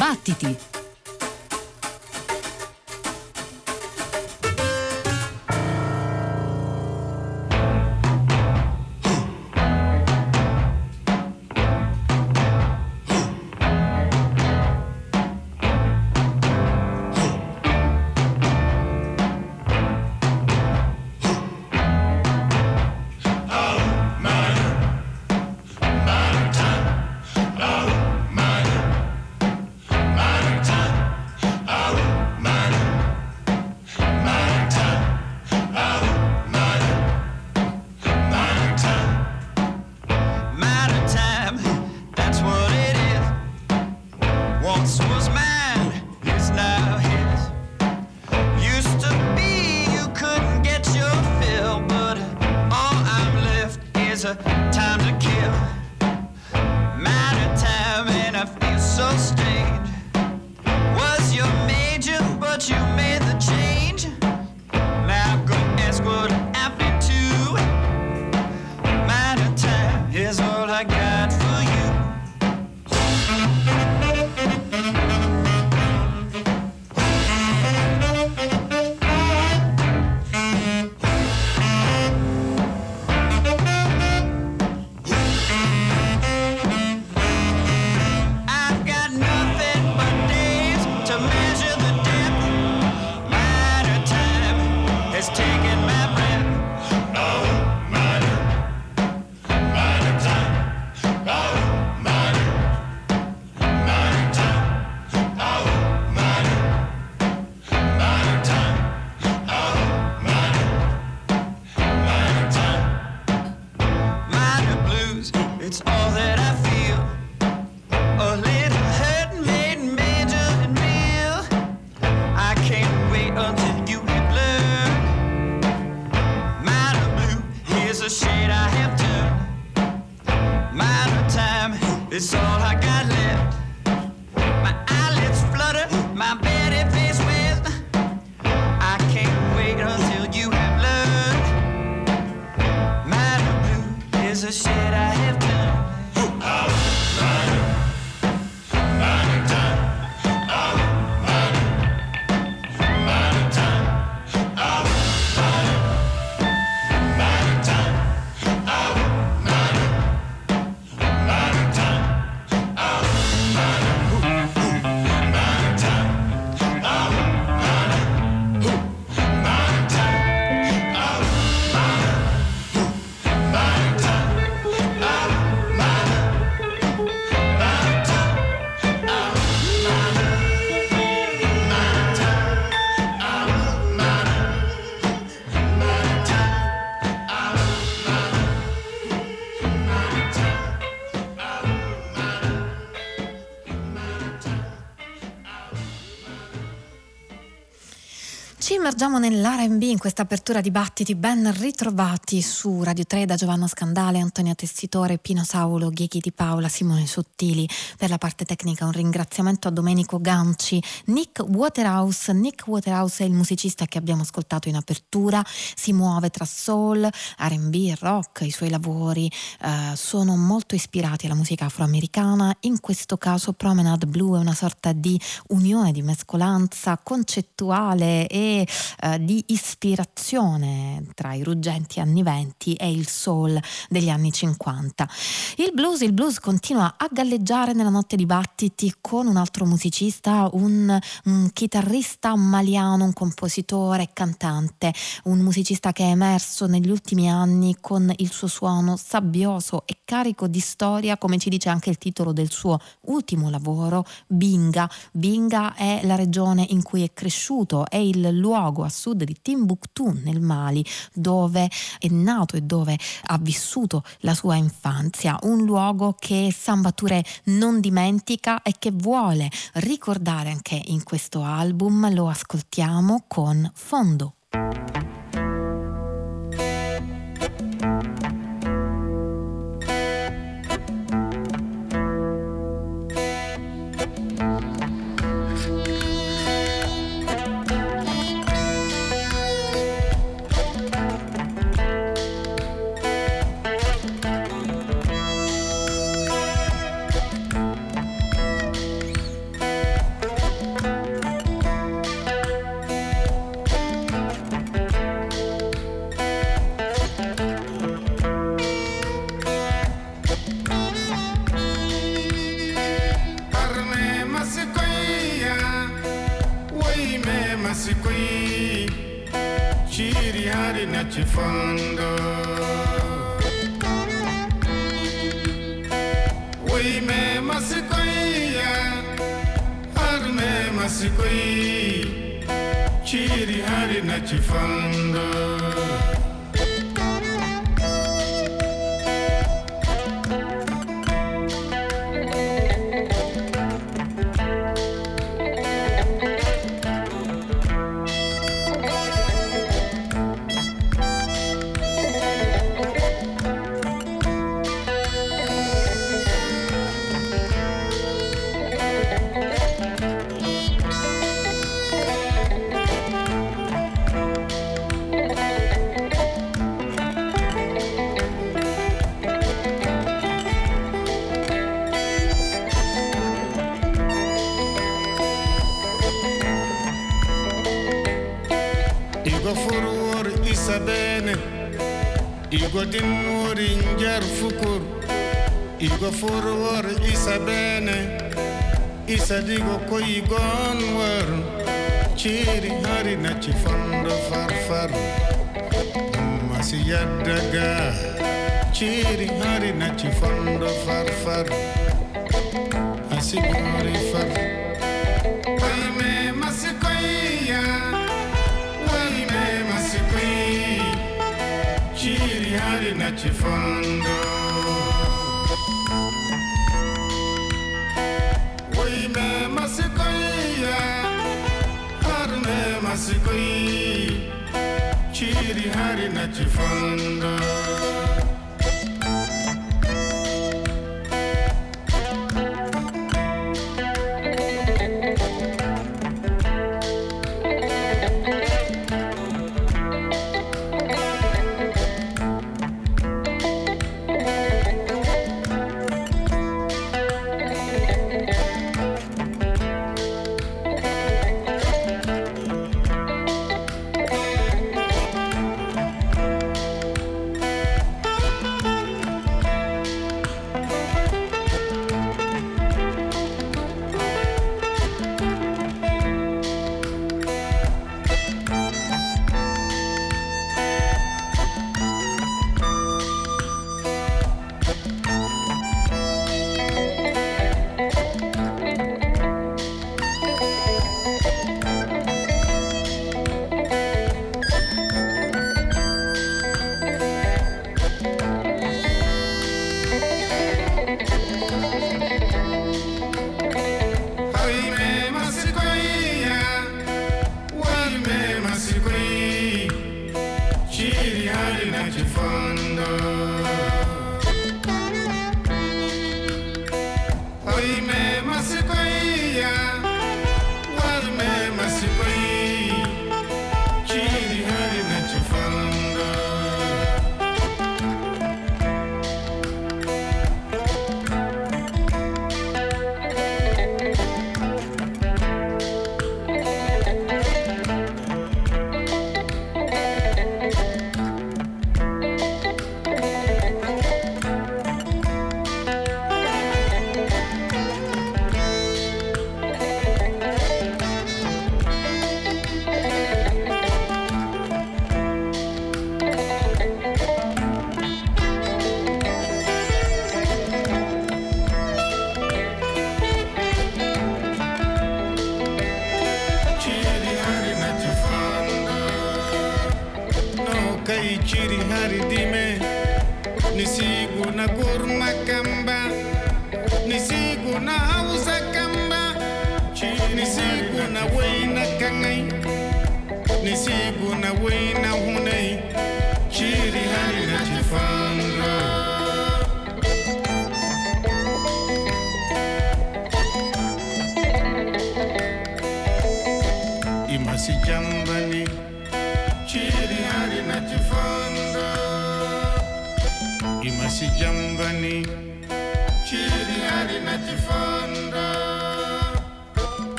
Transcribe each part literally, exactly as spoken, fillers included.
Battiti! Ci immergiamo nell'R and B in questa apertura di Battiti. Ben ritrovati su Radio tre da Giovanna Scandale, Antonia Tessitore, Pino Saulo, Gheghi Di Paola, Simone Sottili. Per la parte tecnica un ringraziamento a Domenico Ganci. Nick Waterhouse Nick Waterhouse è il musicista che abbiamo ascoltato in apertura. Si muove tra soul, R and B e rock. I suoi lavori eh, sono molto ispirati alla musica afroamericana. In questo caso Promenade Blue è una sorta di unione, di mescolanza concettuale e Uh, di ispirazione tra i ruggenti anni venti e il soul degli anni cinquanta. Il blues, il blues continua a galleggiare nella notte di Battiti con un altro musicista, un, un chitarrista maliano, un compositore e cantante, un musicista che è emerso negli ultimi anni con il suo suono sabbioso e carico di storia, come ci dice anche il titolo del suo ultimo lavoro, Binga. Binga è la regione in cui è cresciuto, è il luogo a sud di Timbuktu nel Mali dove è nato e dove ha vissuto la sua infanzia, un luogo che Samba Touré non dimentica e che vuole ricordare anche in questo album. Lo ascoltiamo con Fondo. ci fondo Oi me masikoya har me masikoi Chiri hari na ci fondo bene Igo dinuri njar fukur Igo furwar isa bene Isa digo ko igon war Chiri hari na ci fondo farfar Masi yaddaga Chiri hari na ci fondo farfar Asiguri far Ayme masikoya Ayme masikoya Chiri hari na ci fondo Oi me masikoya Har me masikoya Chiri hari na ci fondo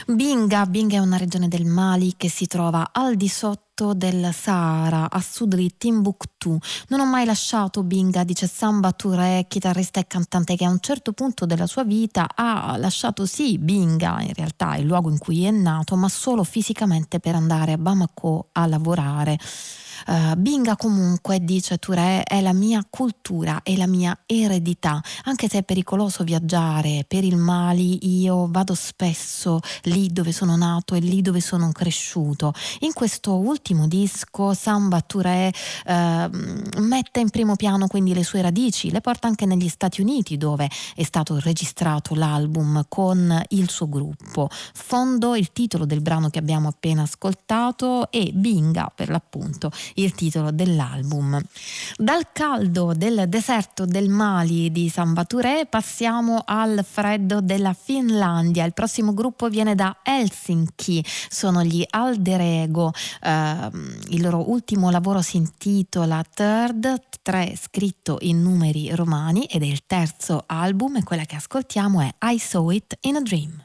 Binga, Binga è una regione del Mali che si trova al di sotto del Sahara, a sud di Timbuktu. Non ho mai lasciato Binga, dice Samba Touré, chitarrista e cantante che a un certo punto della sua vita ha lasciato sì Binga, in realtà è il luogo in cui è nato, ma solo fisicamente per andare a Bamako a lavorare. Uh, Binga comunque, dice Touré, è la mia cultura, è la mia eredità, anche se è pericoloso viaggiare per il Mali, io vado spesso lì dove sono nato e lì dove sono cresciuto. In questo ultimo disco Samba Touré uh, mette in primo piano quindi le sue radici, le porta anche negli Stati Uniti dove è stato registrato l'album con il suo gruppo. Fondo, il titolo del brano che abbiamo appena ascoltato, e Binga per l'appunto il titolo dell'album. Dal caldo del deserto del Mali di Samba Touré passiamo al freddo della Finlandia. Il prossimo gruppo viene da Helsinki, sono gli Alter Ego. Uh, il loro ultimo lavoro si intitola Third, tre scritto in numeri romani, ed è il terzo album, e quella che ascoltiamo è I Saw It in a Dream.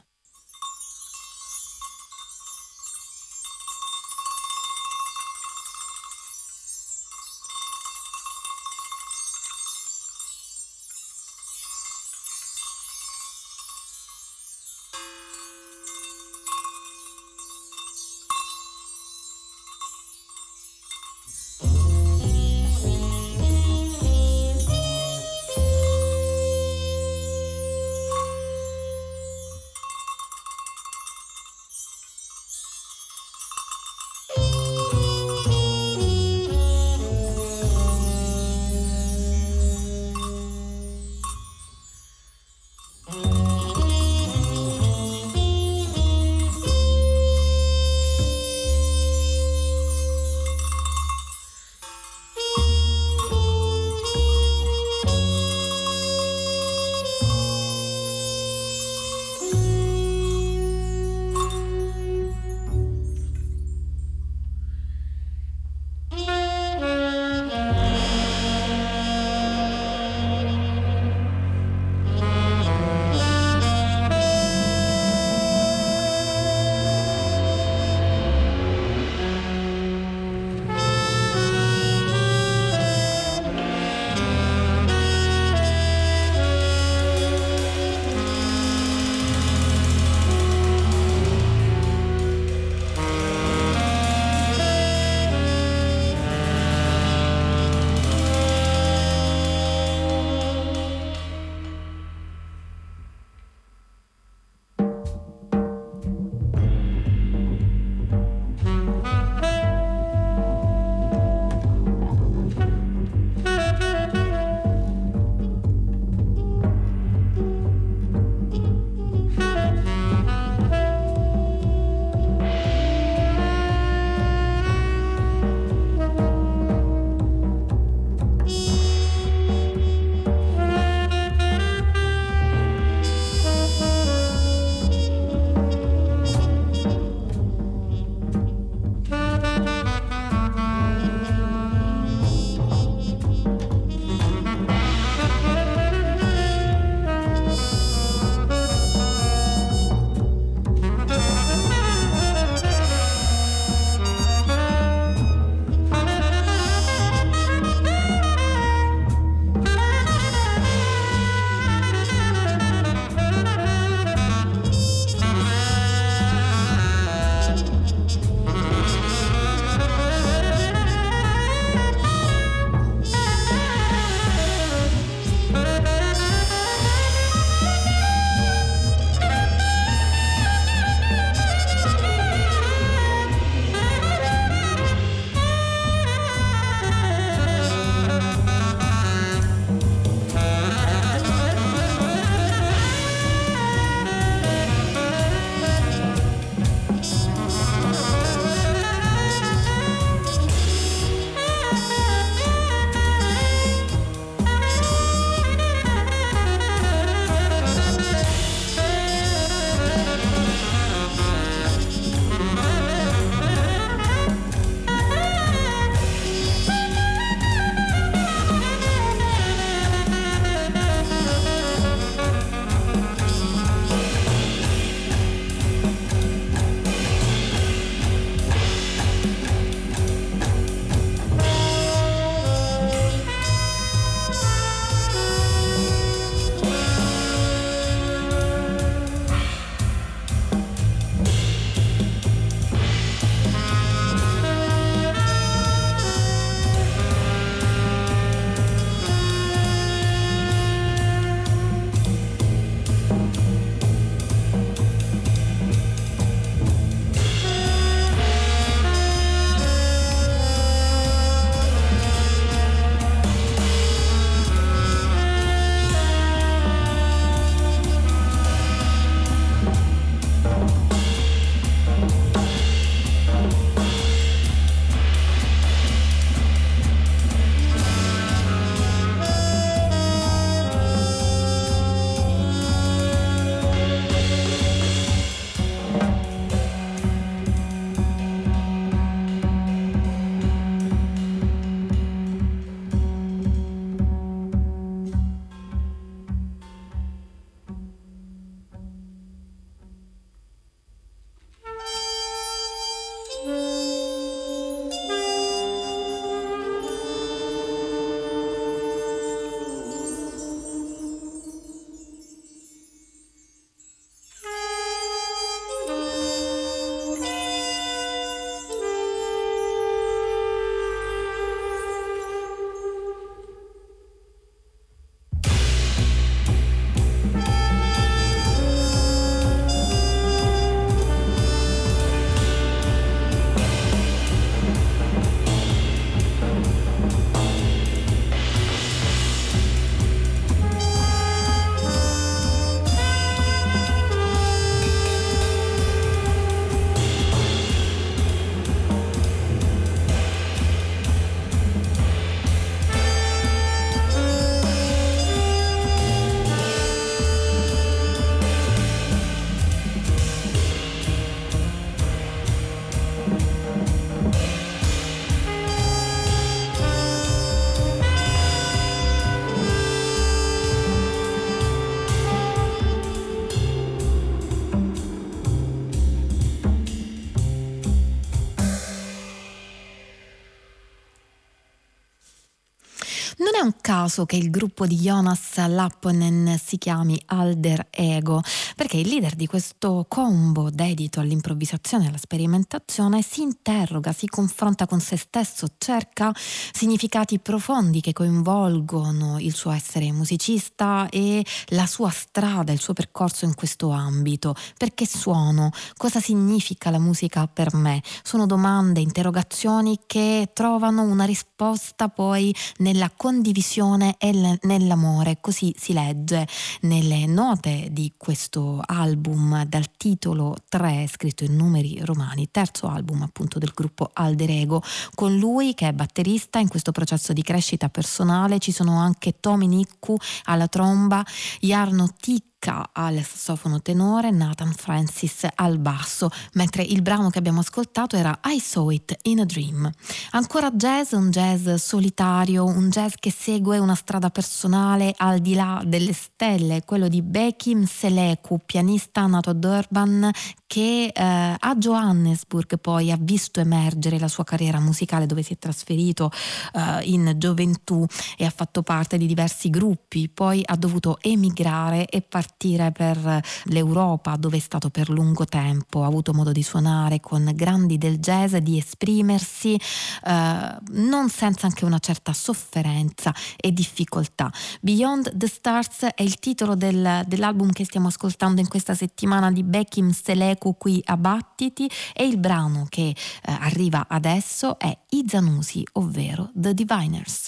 caso che il gruppo di Jonas Lapponen si chiami Alter Ego, perché il leader di questo combo dedito all'improvvisazione e alla sperimentazione si interroga, si confronta con se stesso, cerca significati profondi che coinvolgono il suo essere musicista e la sua strada, il suo percorso in questo ambito. Perché suono? Cosa significa la musica per me? Sono domande, interrogazioni che trovano una risposta poi nella condivisione e l- nell'amore. Così si legge nelle note di questo album dal titolo tre, scritto in numeri romani, terzo album appunto del gruppo Alter Ego. Con lui, che è batterista in questo processo di crescita personale, ci sono anche Tomi Nikku alla tromba, Jarno Tikka al sassofono tenore, Nathan Francis al basso, mentre il brano che abbiamo ascoltato era I Saw It in a Dream. Ancora jazz, un jazz solitario, un jazz che segue una strada personale al di là delle stelle, quello di Bekim Seleku, pianista nato a Durban, che eh, a Johannesburg poi ha visto emergere la sua carriera musicale, dove si è trasferito eh, in gioventù e ha fatto parte di diversi gruppi, poi ha dovuto emigrare e partire per l'Europa, dove è stato per lungo tempo, ha avuto modo di suonare con grandi del jazz, di esprimersi eh, non senza anche una certa sofferenza e difficoltà. Beyond the Stars è il titolo del, dell'album che stiamo ascoltando in questa settimana di Bekim Seleku qui a Battiti, e il brano che eh, arriva adesso è Izanusi, ovvero The Diviners.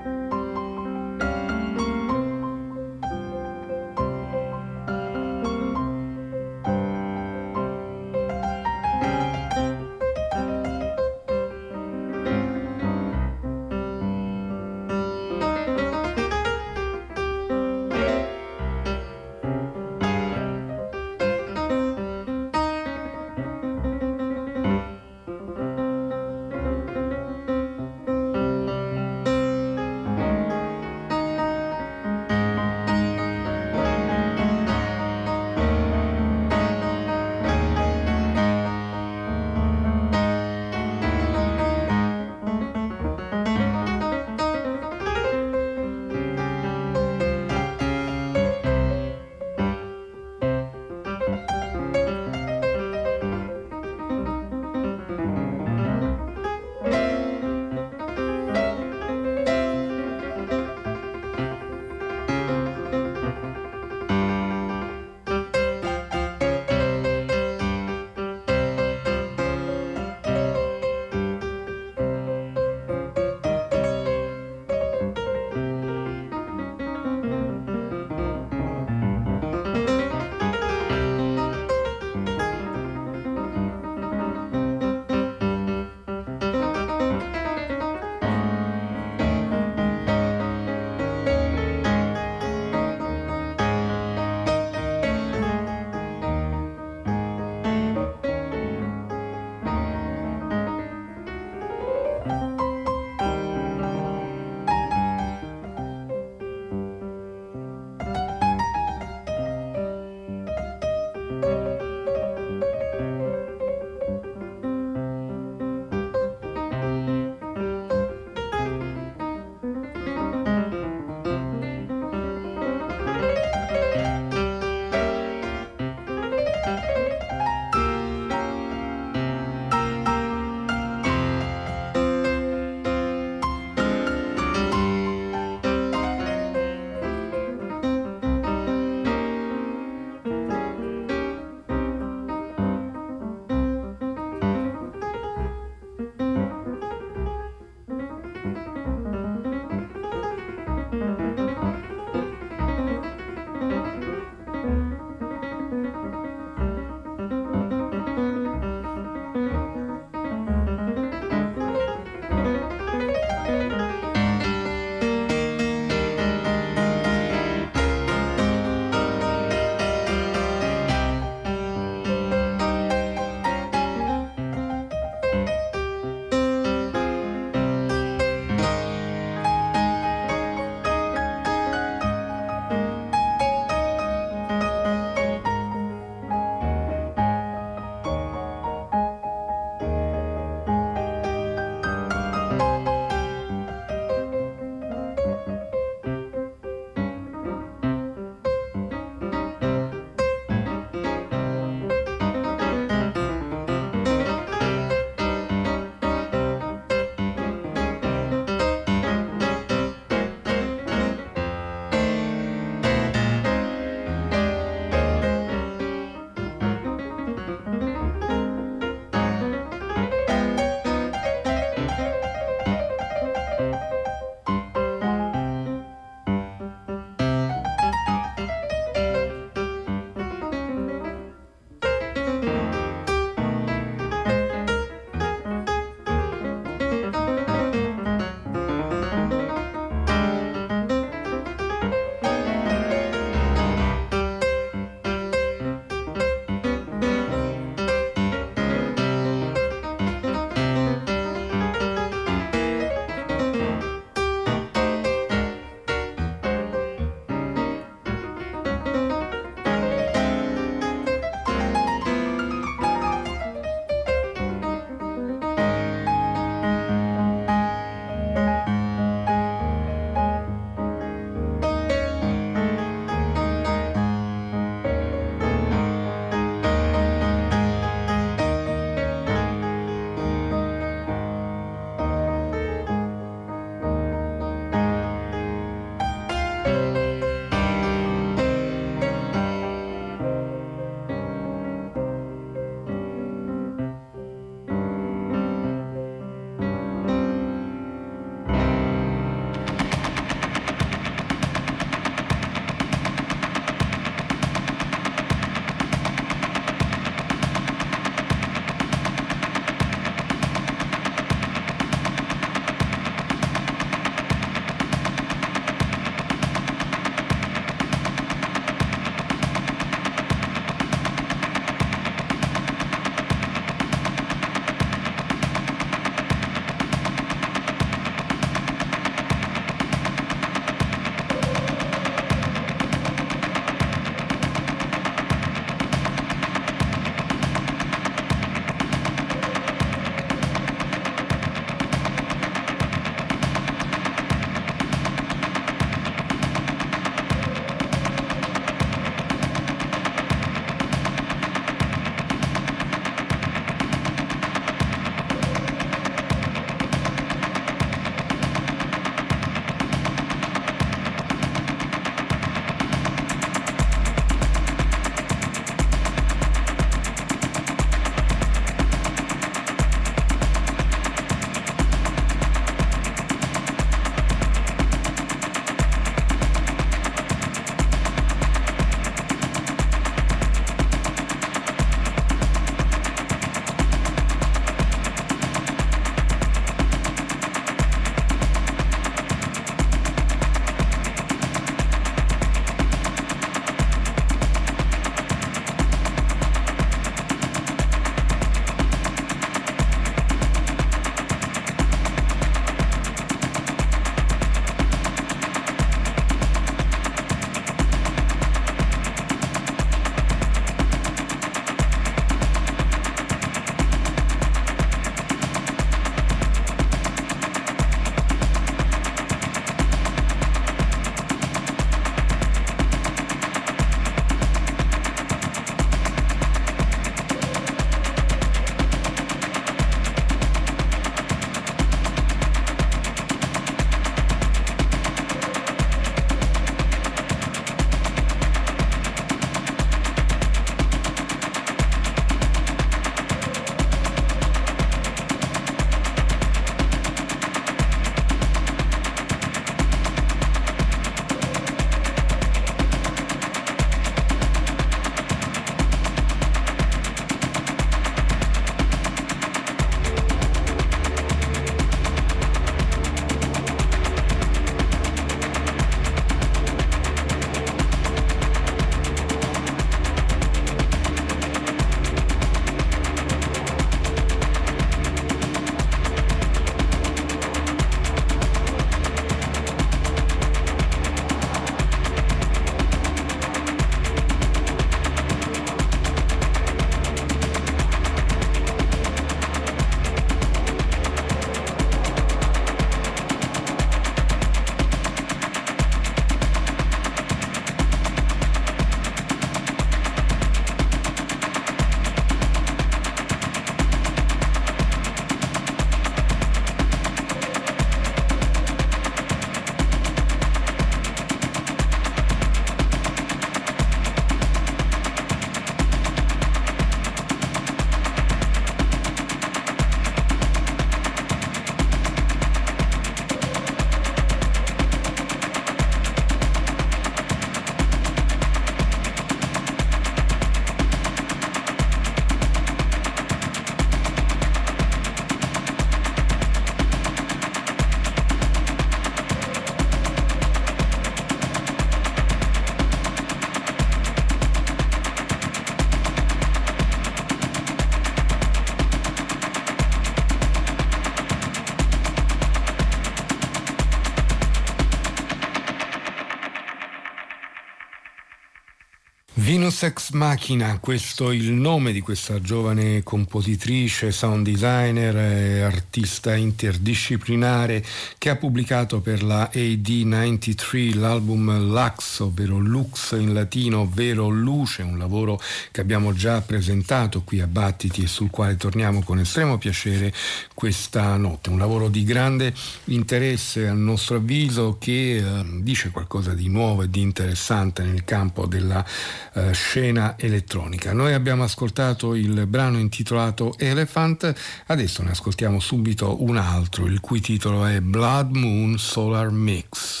Venus Ex Machina, questo è il nome di questa giovane compositrice, sound designer e artista interdisciplinare che ha pubblicato per la A D novantatré l'album Lux, ovvero Lux in latino, ovvero luce, un lavoro che abbiamo già presentato qui a Battiti e sul quale torniamo con estremo piacere questa notte. Un lavoro di grande interesse, a nostro avviso, che eh, dice qualcosa di nuovo e di interessante nel campo della Uh, scena elettronica. Noi abbiamo ascoltato il brano intitolato Elephant, adesso ne ascoltiamo subito un altro, il cui titolo è Blood Moon Solar Mix.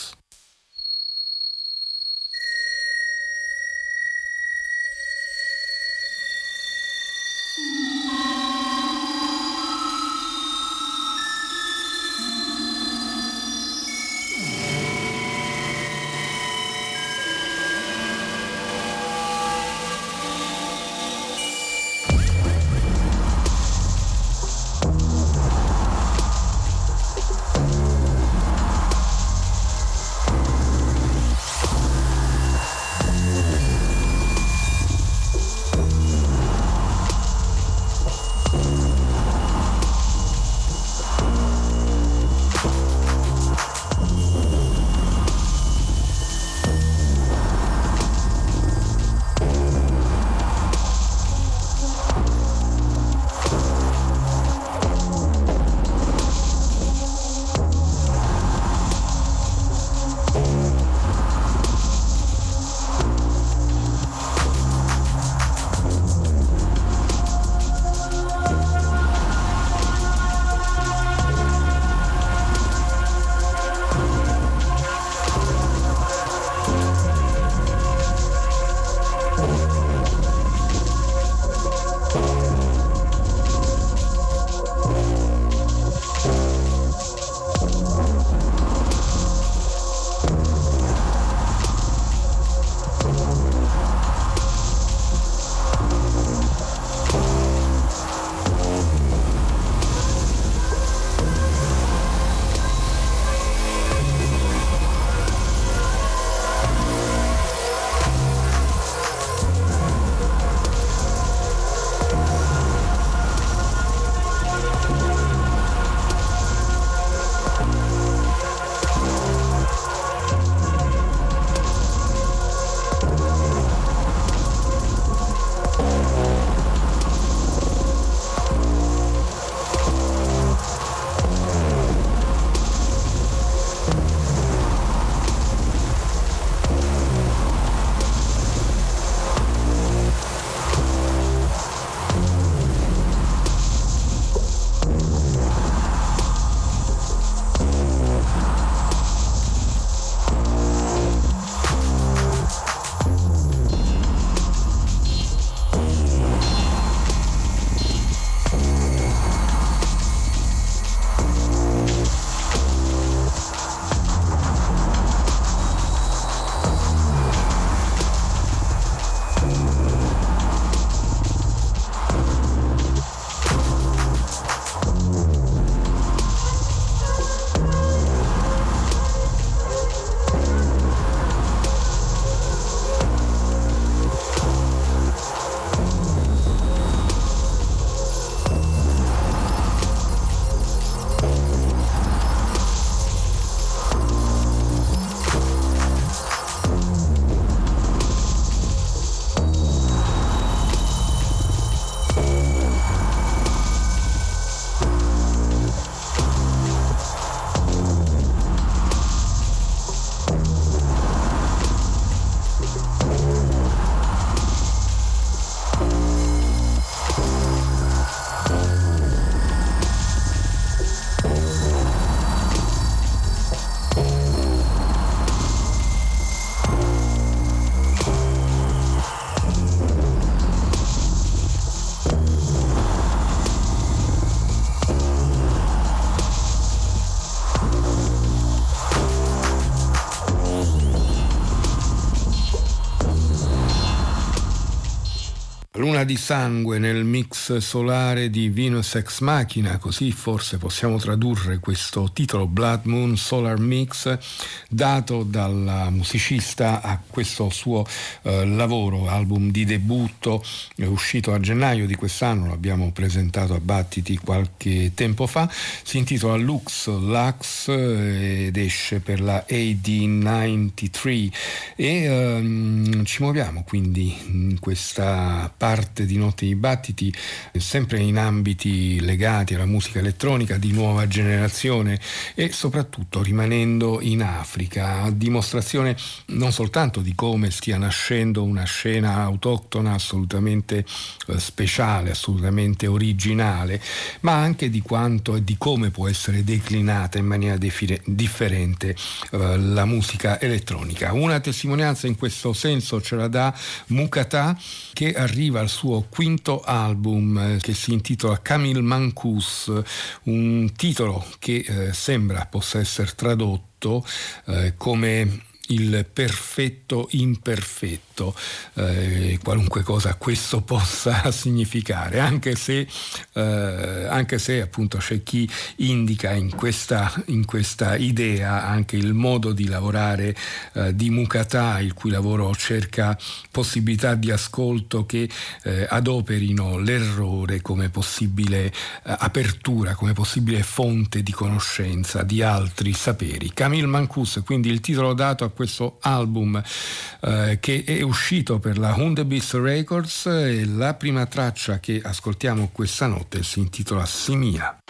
di sangue nel mix solare di Venus Ex Machina, così forse possiamo tradurre questo titolo Blood Moon Solar Mix dato dal musicista a questo suo eh, lavoro, album di debutto, è uscito a gennaio di quest'anno, l'abbiamo presentato a Battiti qualche tempo fa, si intitola Lux Lux ed esce per la A D novantatré e ehm, ci muoviamo quindi in questa parte di Notte di Battiti sempre in ambiti legati alla musica elettronica di nuova generazione e soprattutto rimanendo in Africa, a dimostrazione non soltanto di come stia nascendo una scena autoctona assolutamente eh, speciale, assolutamente originale, ma anche di quanto e di come può essere declinata in maniera defire, differente eh, la musica elettronica. Una testimonianza in questo senso ce la dà Mukata, che arriva al suo quinto album eh, che si intitola Camille Mancus, un titolo che eh, sembra possa essere tradotto eh, come il perfetto imperfetto, eh, qualunque cosa questo possa significare, anche se, eh, anche se appunto c'è chi indica in questa, in questa idea anche il modo di lavorare eh, di Mukata, il cui lavoro cerca possibilità di ascolto che eh, adoperino l'errore come possibile eh, apertura, come possibile fonte di conoscenza di altri saperi. Camille Mancus, quindi il titolo dato a questo album eh, che è uscito per la Hundebeast Records, e la prima traccia che ascoltiamo questa notte si intitola Simia.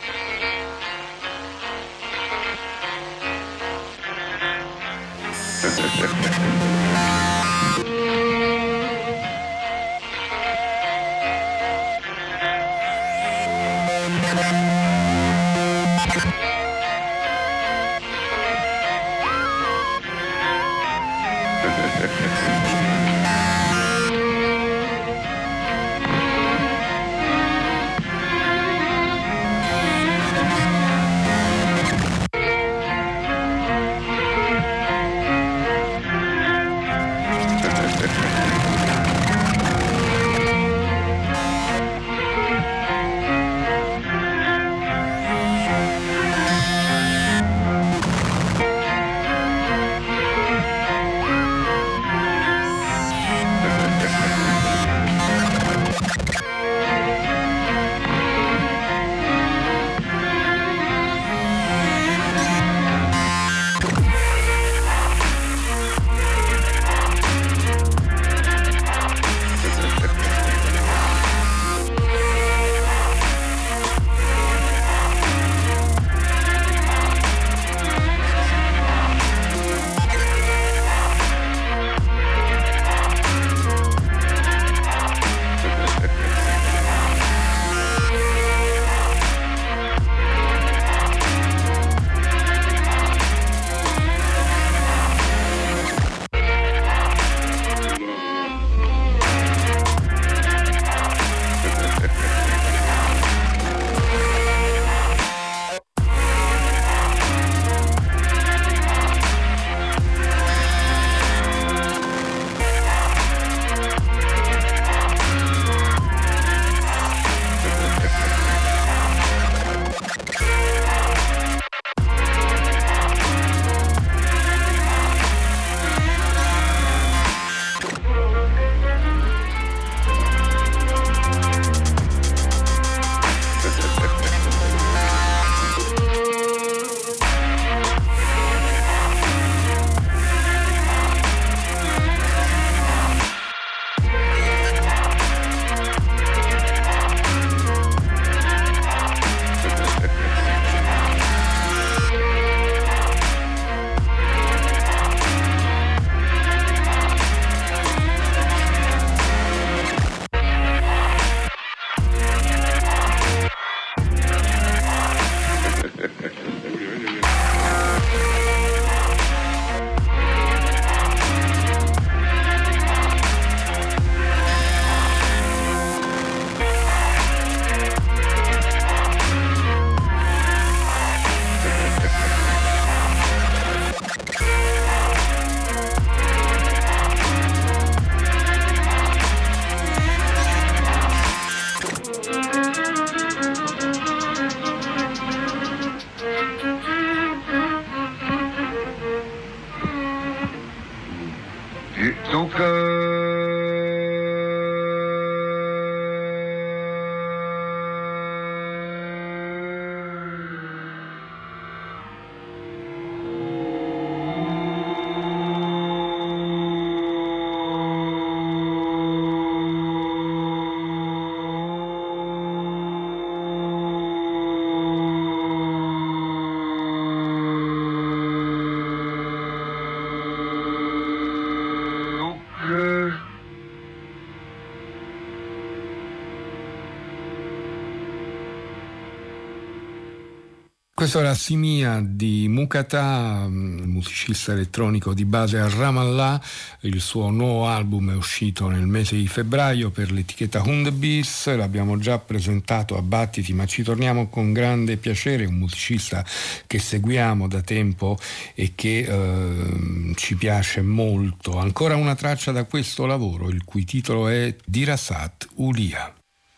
Questo era Simia di Mukata, musicista elettronico di base a Ramallah. Il suo nuovo album è uscito nel mese di febbraio per l'etichetta Hundebees, l'abbiamo già presentato a Battiti, ma ci torniamo con grande piacere, un musicista che seguiamo da tempo e che eh, ci piace molto. Ancora una traccia da questo lavoro, il cui titolo è Dirasat Ulia.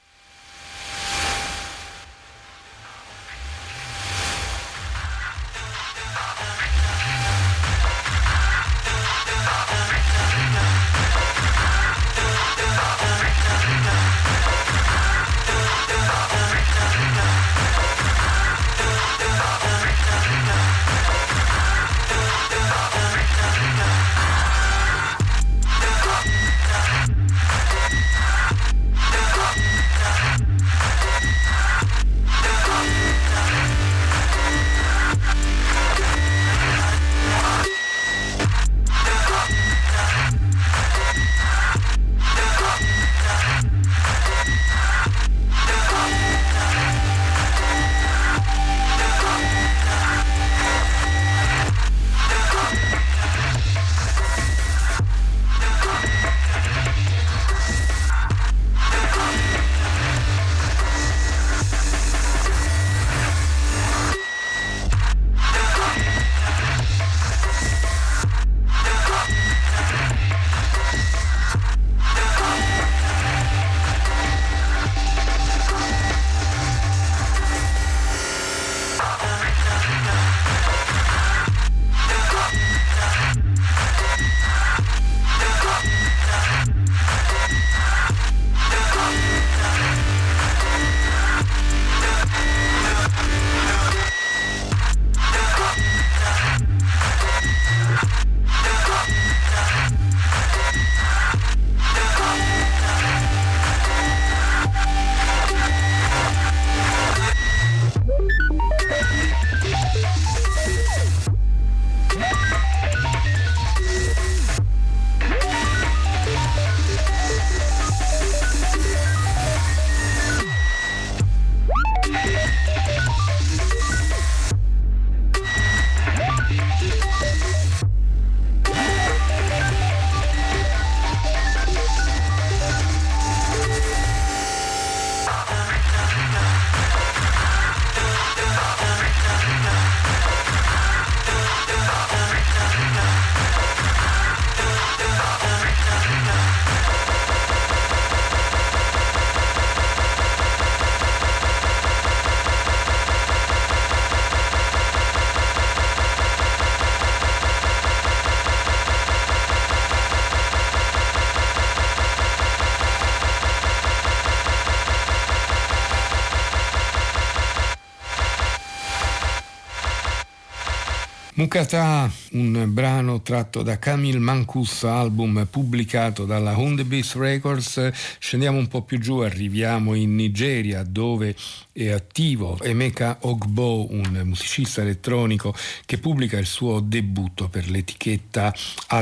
Mukata, un brano tratto da Camille Mancus, album pubblicato dalla Hundebees Records. Scendiamo un po' più giù, arriviamo in Nigeria, dove è attivo Emeka Ogbo, un musicista elettronico che pubblica il suo debutto per l'etichetta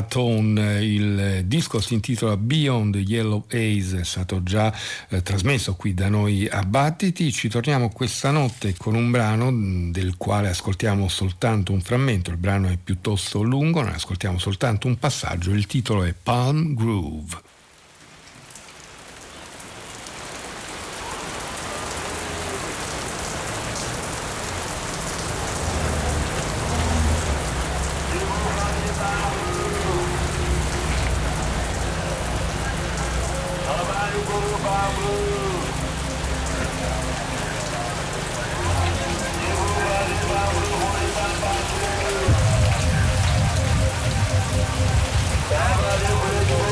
Atone. Il disco si intitola Beyond Yellow Haze, è stato già eh, trasmesso qui da noi a Battiti. Ci torniamo questa notte con un brano del quale ascoltiamo soltanto un frammento. Il brano è piuttosto lungo, ne ascoltiamo soltanto un passaggio. Il titolo è Palm Groove. Bye.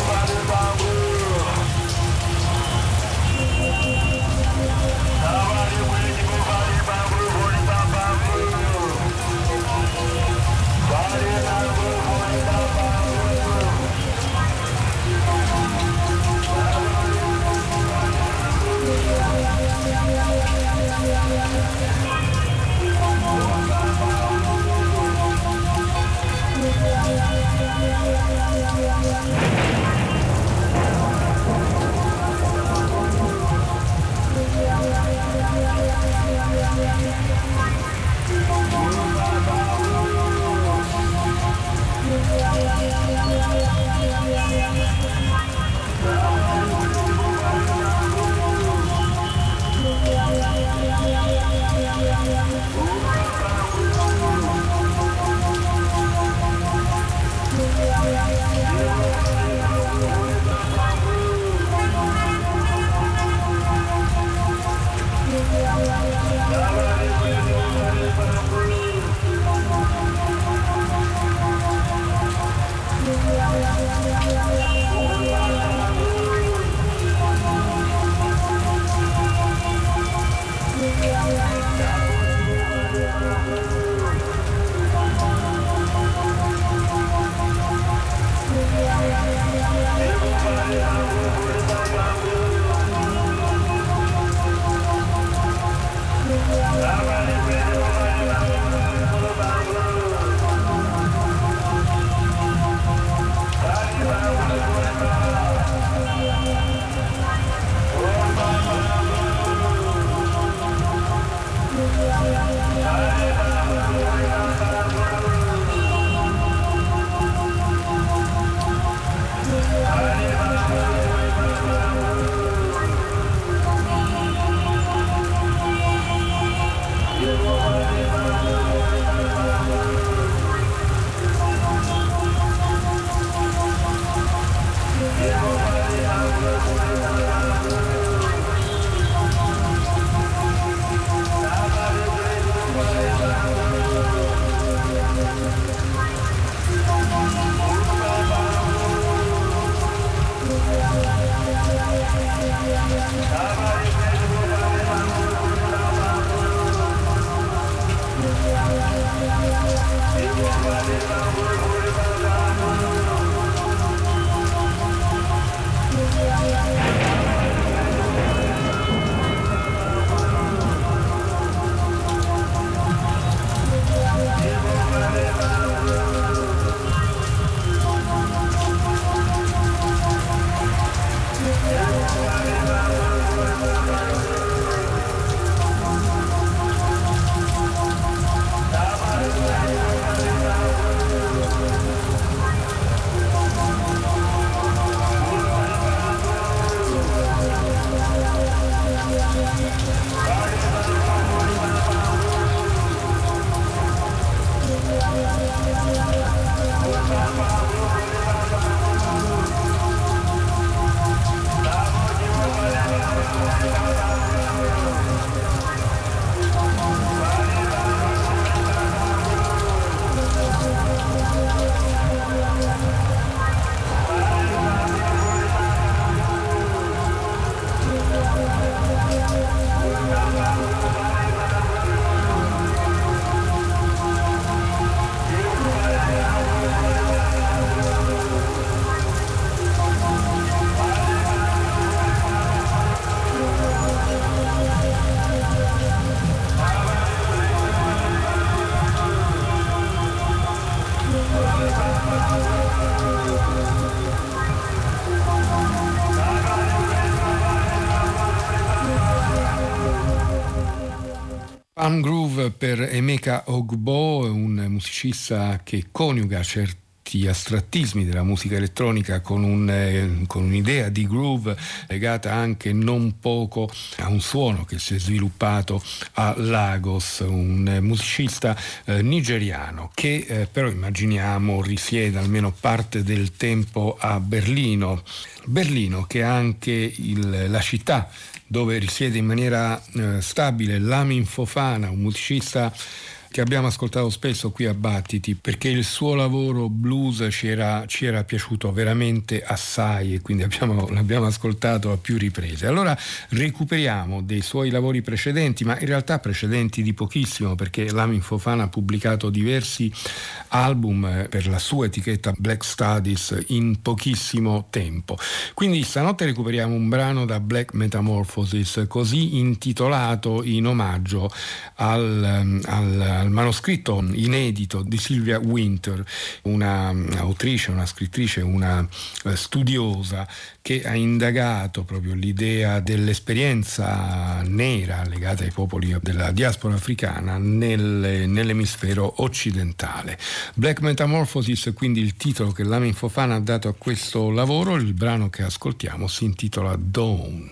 Palm Groove per Emeka Ogbo, un musicista che coniuga certi astrattismi della musica elettronica con, un, eh, con un'idea di groove legata anche non poco a un suono che si è sviluppato a Lagos, un eh, musicista eh, nigeriano che eh, però immaginiamo risiede almeno parte del tempo a Berlino. Berlino che è anche il, la città dove risiede in maniera eh, stabile Lamin Fofana, un musicista che abbiamo ascoltato spesso qui a Battiti perché il suo lavoro blues ci era, ci era piaciuto veramente assai e quindi abbiamo, l'abbiamo ascoltato a più riprese. Allora recuperiamo dei suoi lavori precedenti, ma in realtà precedenti di pochissimo, perché Lamin Fofana ha pubblicato diversi album per la sua etichetta Black Studies in pochissimo tempo. Quindi stanotte recuperiamo un brano da Black Metamorphosis, così intitolato in omaggio al, al al manoscritto inedito di Sylvia Wynter, una autrice, una scrittrice, una studiosa che ha indagato proprio l'idea dell'esperienza nera legata ai popoli della diaspora africana nel, nell'emisfero occidentale. Black Metamorphosis, quindi il titolo che Lamin Fofana ha dato a questo lavoro. Il brano che ascoltiamo si intitola Dawn.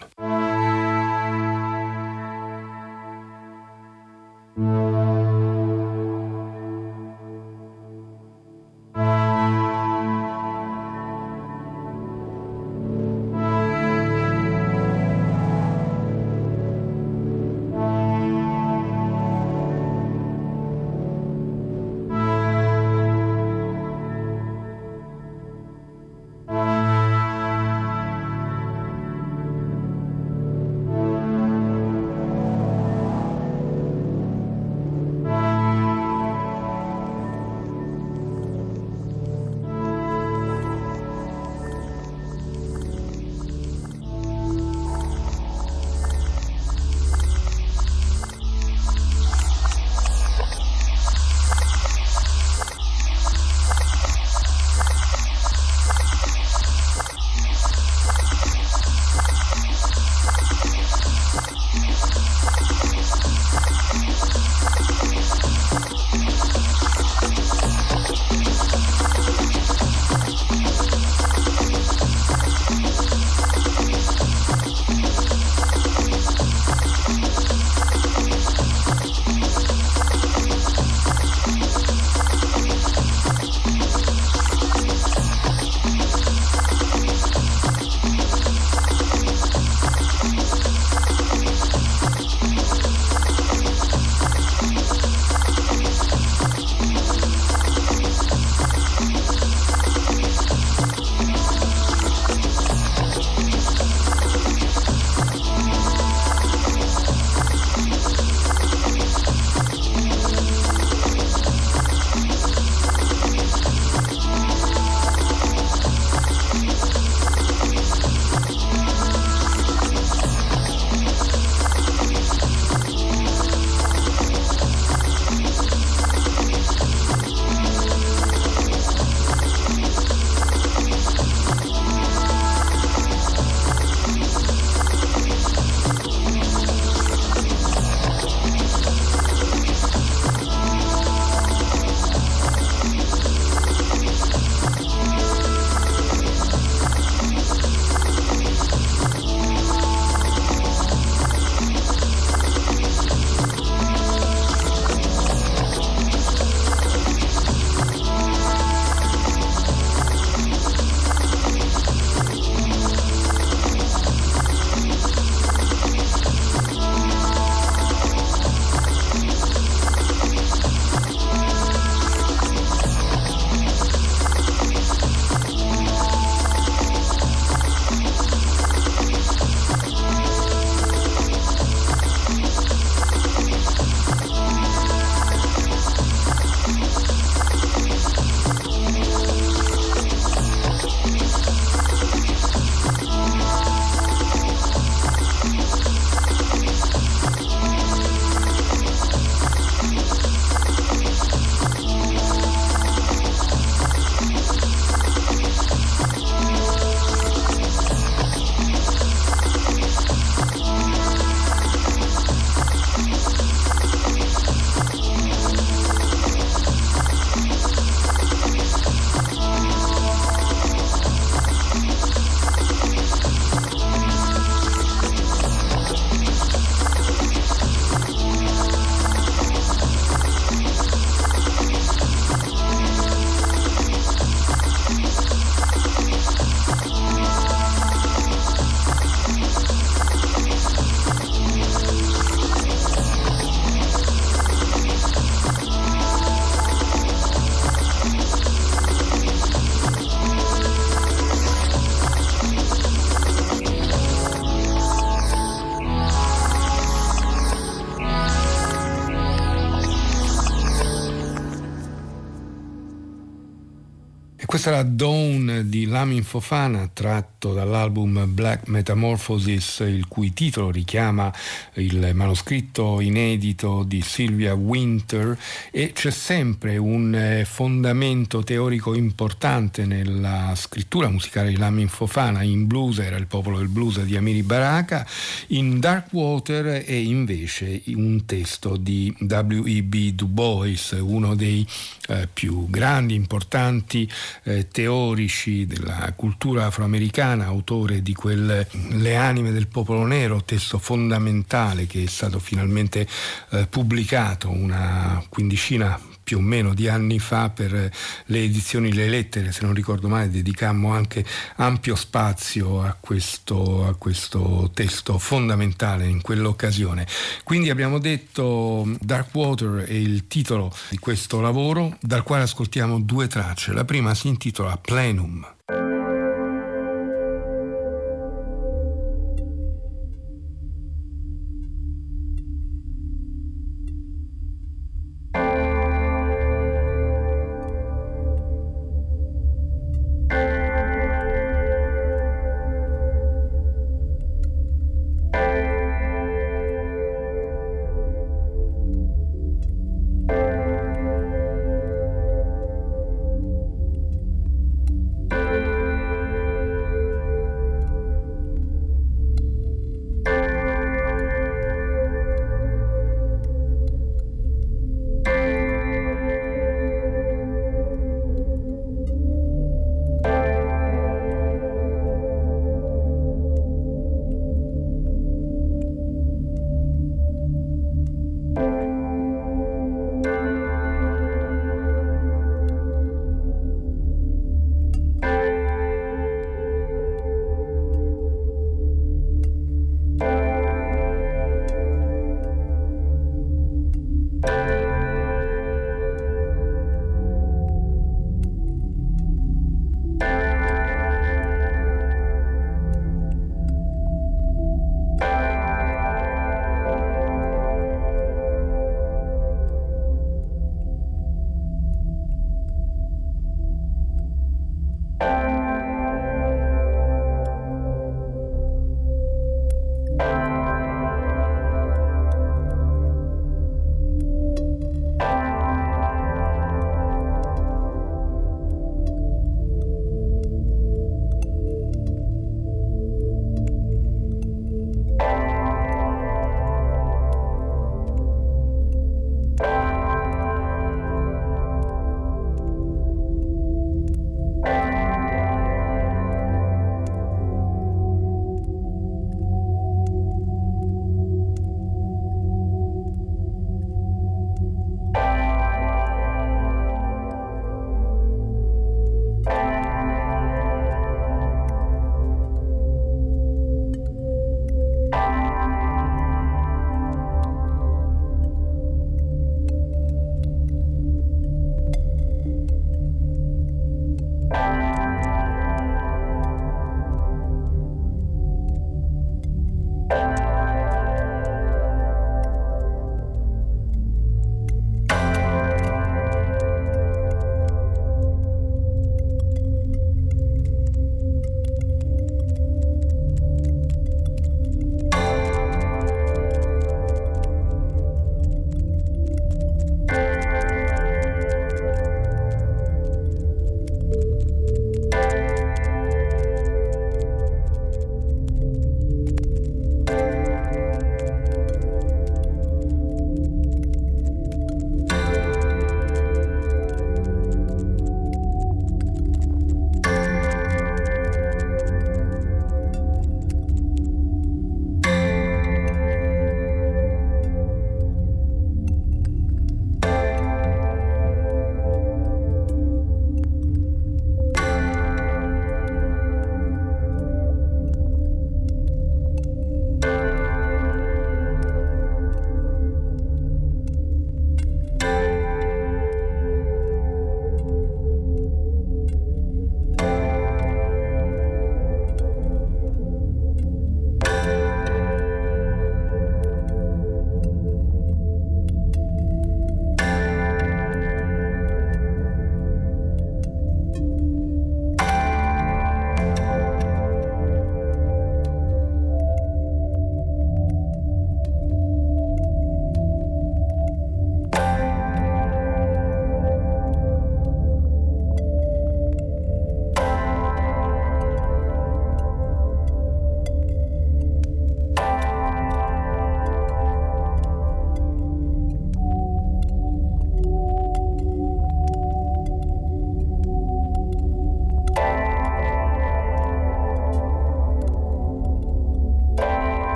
E questa era Dawn di Lamin Fofana, tratto dall'album Black Metamorphosis, il cui titolo richiama il manoscritto inedito di Sylvia Wynter, e c'è sempre un fondamento teorico importante nella scrittura musicale di Lamin Fofana. In Blues era il popolo del blues di Amiri Baraka, in Dark Water è invece un testo di W E B Du Bois, uno dei eh, più grandi, importanti Eh, teorici della cultura afroamericana, autore di quel Le anime del popolo nero, testo fondamentale che è stato finalmente eh, pubblicato una quindicina più o meno di anni fa per le edizioni Le Lettere. Se non ricordo male, dedicammo anche ampio spazio a questo, a questo testo fondamentale in quell'occasione. Quindi abbiamo detto Dark Water è il titolo di questo lavoro, dal quale ascoltiamo due tracce. La prima si intitola Plenum. Thank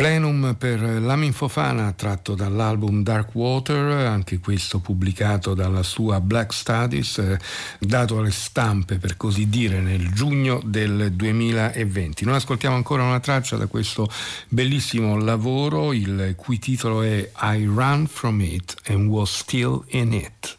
Plenum per Lamin Fofana, tratto dall'album Dark Water, anche questo pubblicato dalla sua Black Studies, eh, dato alle stampe per così dire nel giugno del duemilaventi. Noi ascoltiamo ancora una traccia da questo bellissimo lavoro, il cui titolo è I Ran From It and Was Still In It.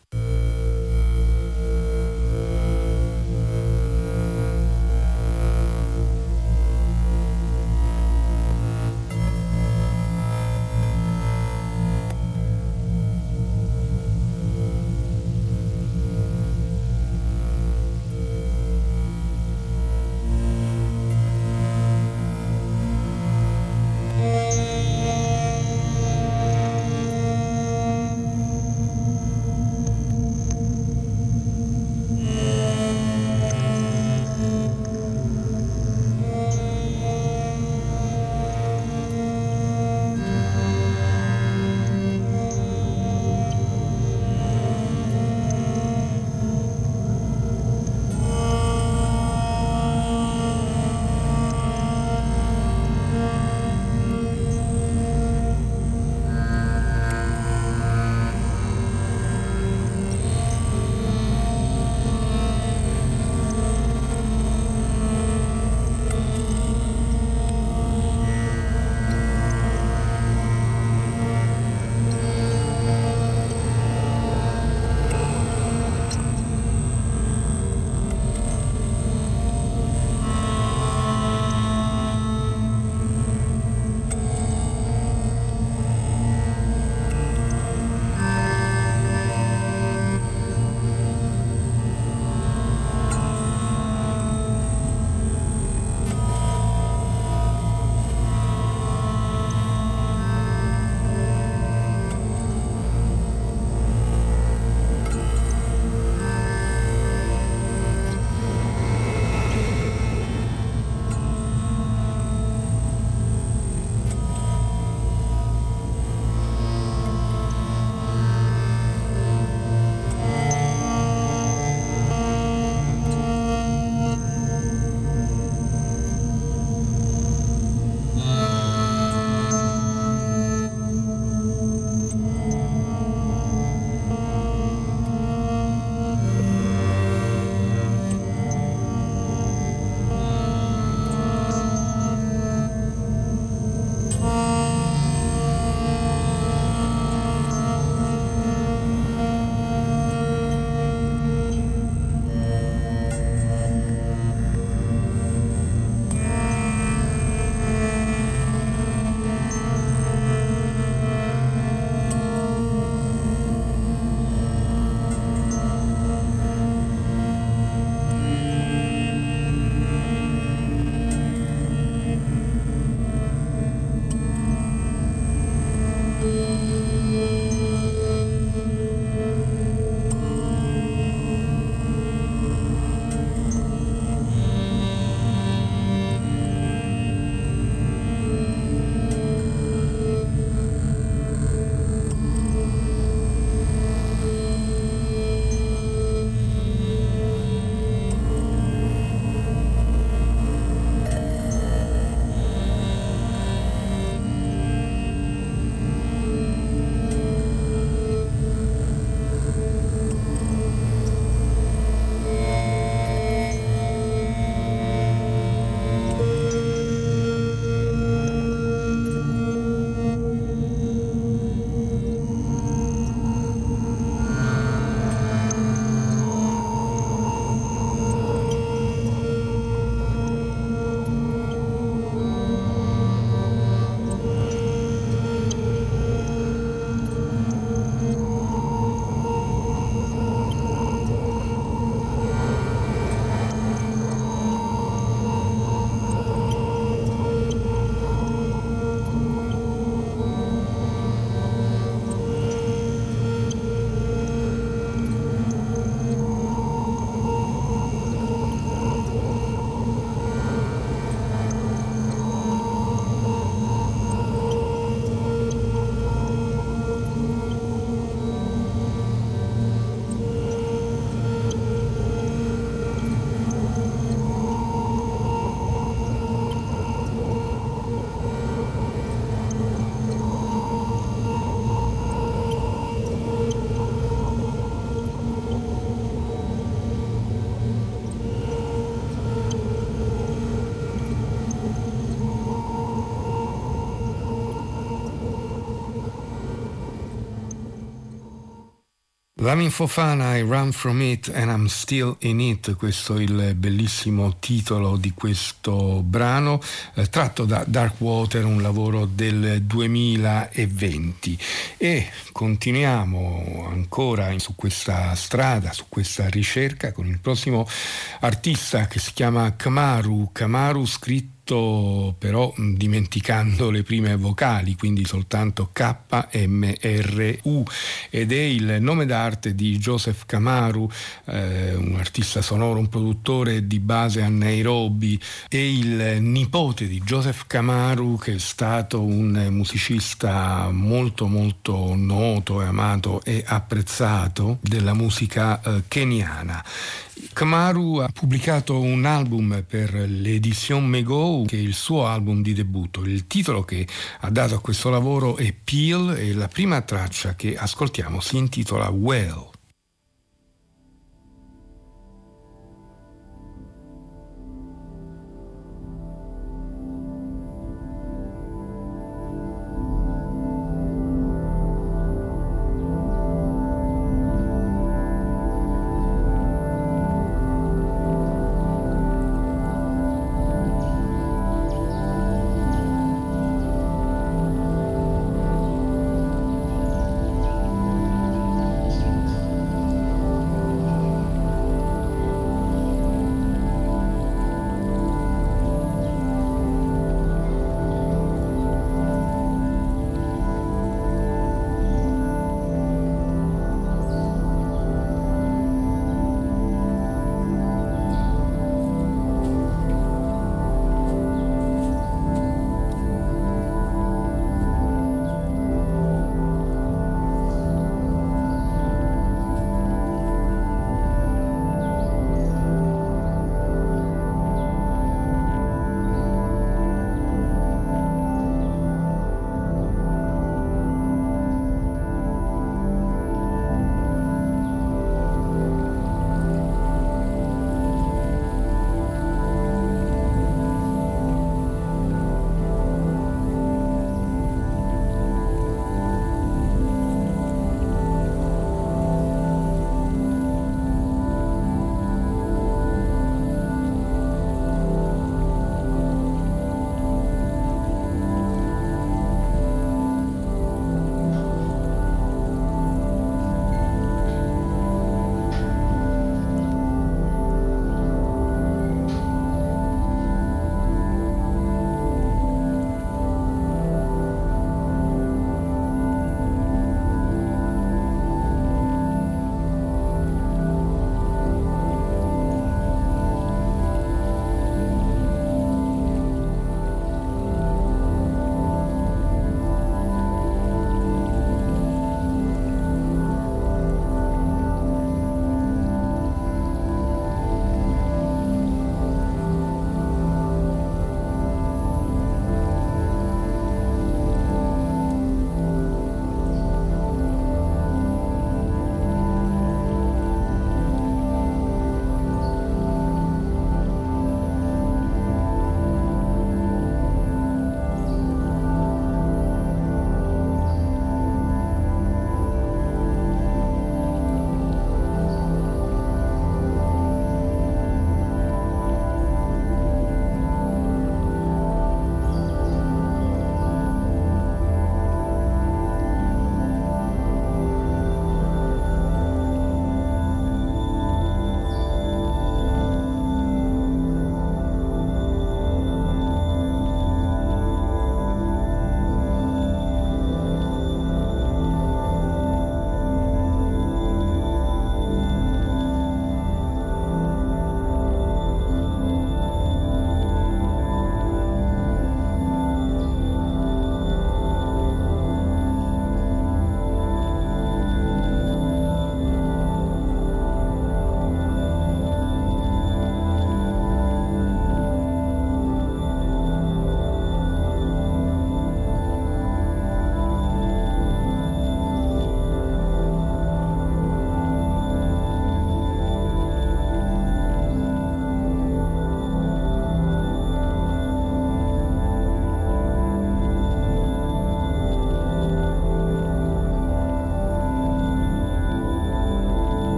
I'm in Fofana, I run from it and I'm still in it, questo è il bellissimo titolo di questo brano, eh, tratto da Dark Water, un lavoro del duemilaventi. E continuiamo ancora su questa strada, su questa ricerca con il prossimo artista che si chiama Kamaru, Kamaru scritto però dimenticando le prime vocali, quindi soltanto K M R U, ed è il nome d'arte di Joseph Kamaru, eh, un artista sonoro, un produttore di base a Nairobi, è il nipote di Joseph Kamaru, che è stato un musicista molto molto noto e amato e apprezzato della musica eh, keniana. Kamaru ha pubblicato un album per l'Edition Mego, che è il suo album di debutto. Il titolo che ha dato a questo lavoro è Peel e la prima traccia che ascoltiamo si intitola Well.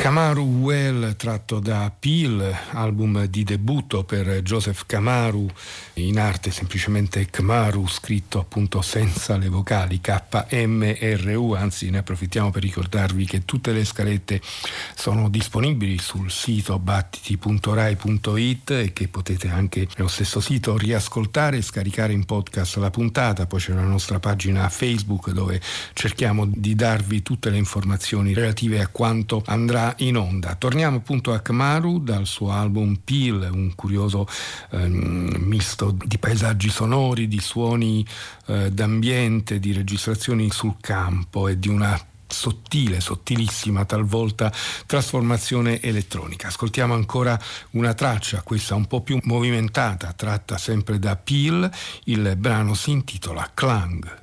Kamaru Well, tratto da Peel, album di debutto per Joseph Kamaru, in arte semplicemente Kmaru, scritto appunto senza le vocali, K M R U, anzi ne approfittiamo per ricordarvi che tutte le scalette sono disponibili sul sito battiti punto rai punto it e che potete anche nello stesso sito riascoltare e scaricare in podcast la puntata. Poi c'è la nostra pagina Facebook dove cerchiamo di darvi tutte le informazioni relative a quanto andrà in onda. Torniamo appunto a Kmaru dal suo album Peel, un curioso ehm, misto di paesaggi sonori, di suoni eh, d'ambiente, di registrazioni sul campo e di una sottile, sottilissima talvolta trasformazione elettronica. Ascoltiamo ancora una traccia, questa un po' più movimentata, tratta sempre da Peel. Il brano si intitola Clang.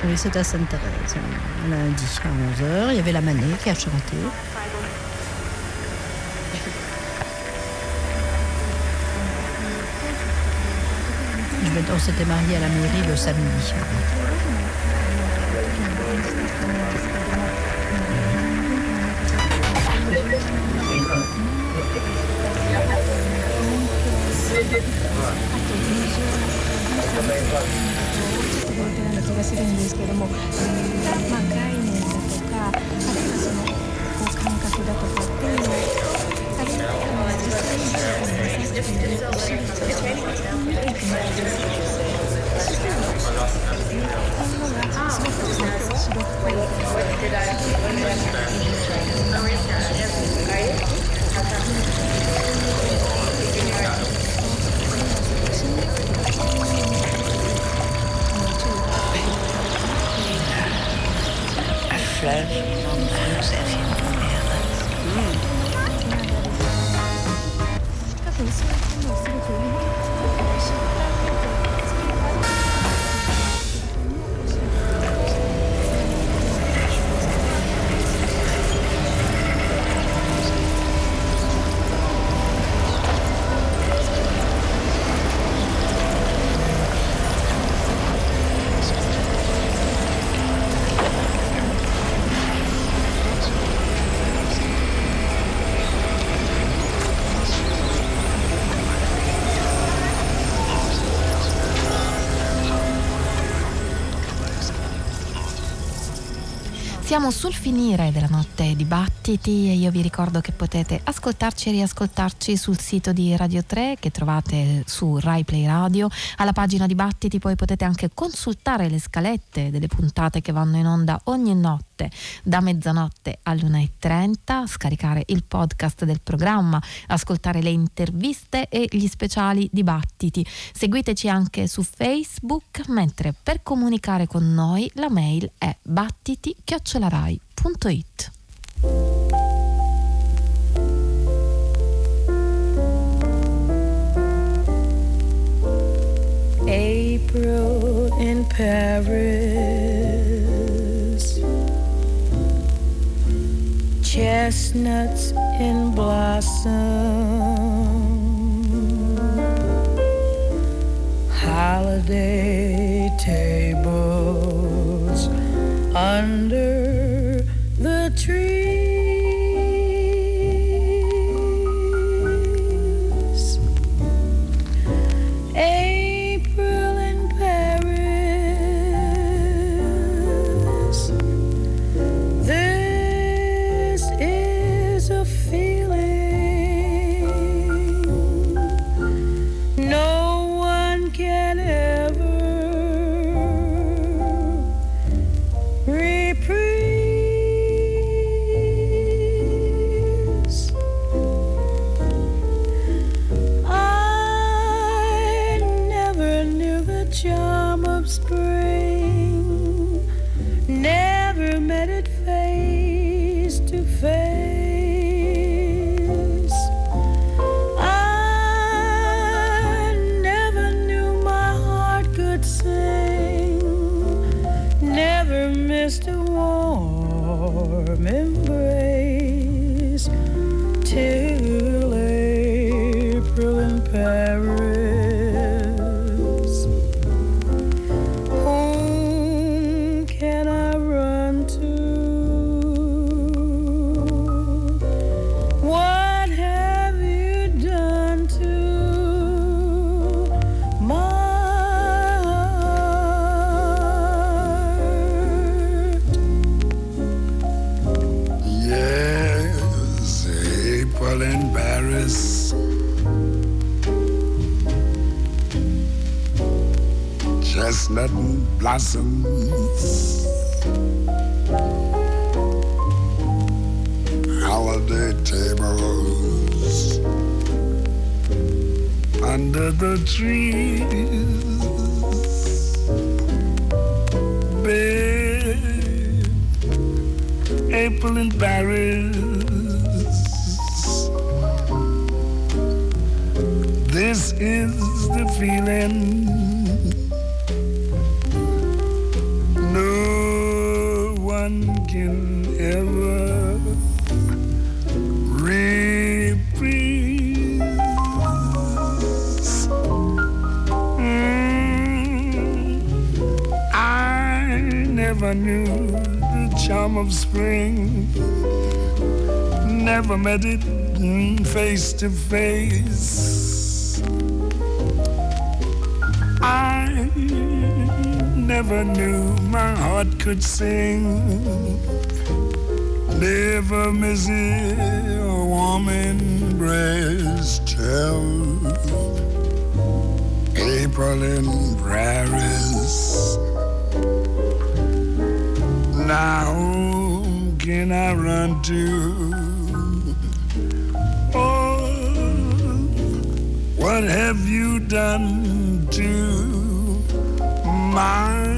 Oui, c'était à Sainte-Thérèse, un lundi à onze heures. Il y avait la Manée qui a chanté. Je, on s'était mariés à la mairie le samedi. Siamo sul finire della notte dibattiti e io vi ricordo che potete ascoltarci e riascoltarci sul sito di Radio tre che trovate su Rai Play Radio. Alla pagina dibattiti poi potete anche consultare le scalette delle puntate che vanno in onda ogni notte da mezzanotte all'una e trenta, scaricare il podcast del programma, ascoltare le interviste e gli speciali dibattiti. Seguiteci anche su Facebook, mentre per comunicare con noi la mail è battiti chiocciola rai punto it. April in Paris, chestnuts in blossom, holiday tables under the trees. April in Paris, this is a feeling no one can ever reprise. I never knew the charm of spring, never met it face to face. I never knew my heart could sing, never missed a warm embrace till April in Paris. Whom can I run to? What have you done to my heart? Yes, April in Paris, chestnut blossoms, holiday tables under the trees. Babe, April in Paris, this is the feeling no never repeats. Mm, I never knew the charm of spring, never met it face to face. I never knew my heart could sing, never miss it, a warm embrace till April in Paris. Now who can I run to? Oh, what have you done to my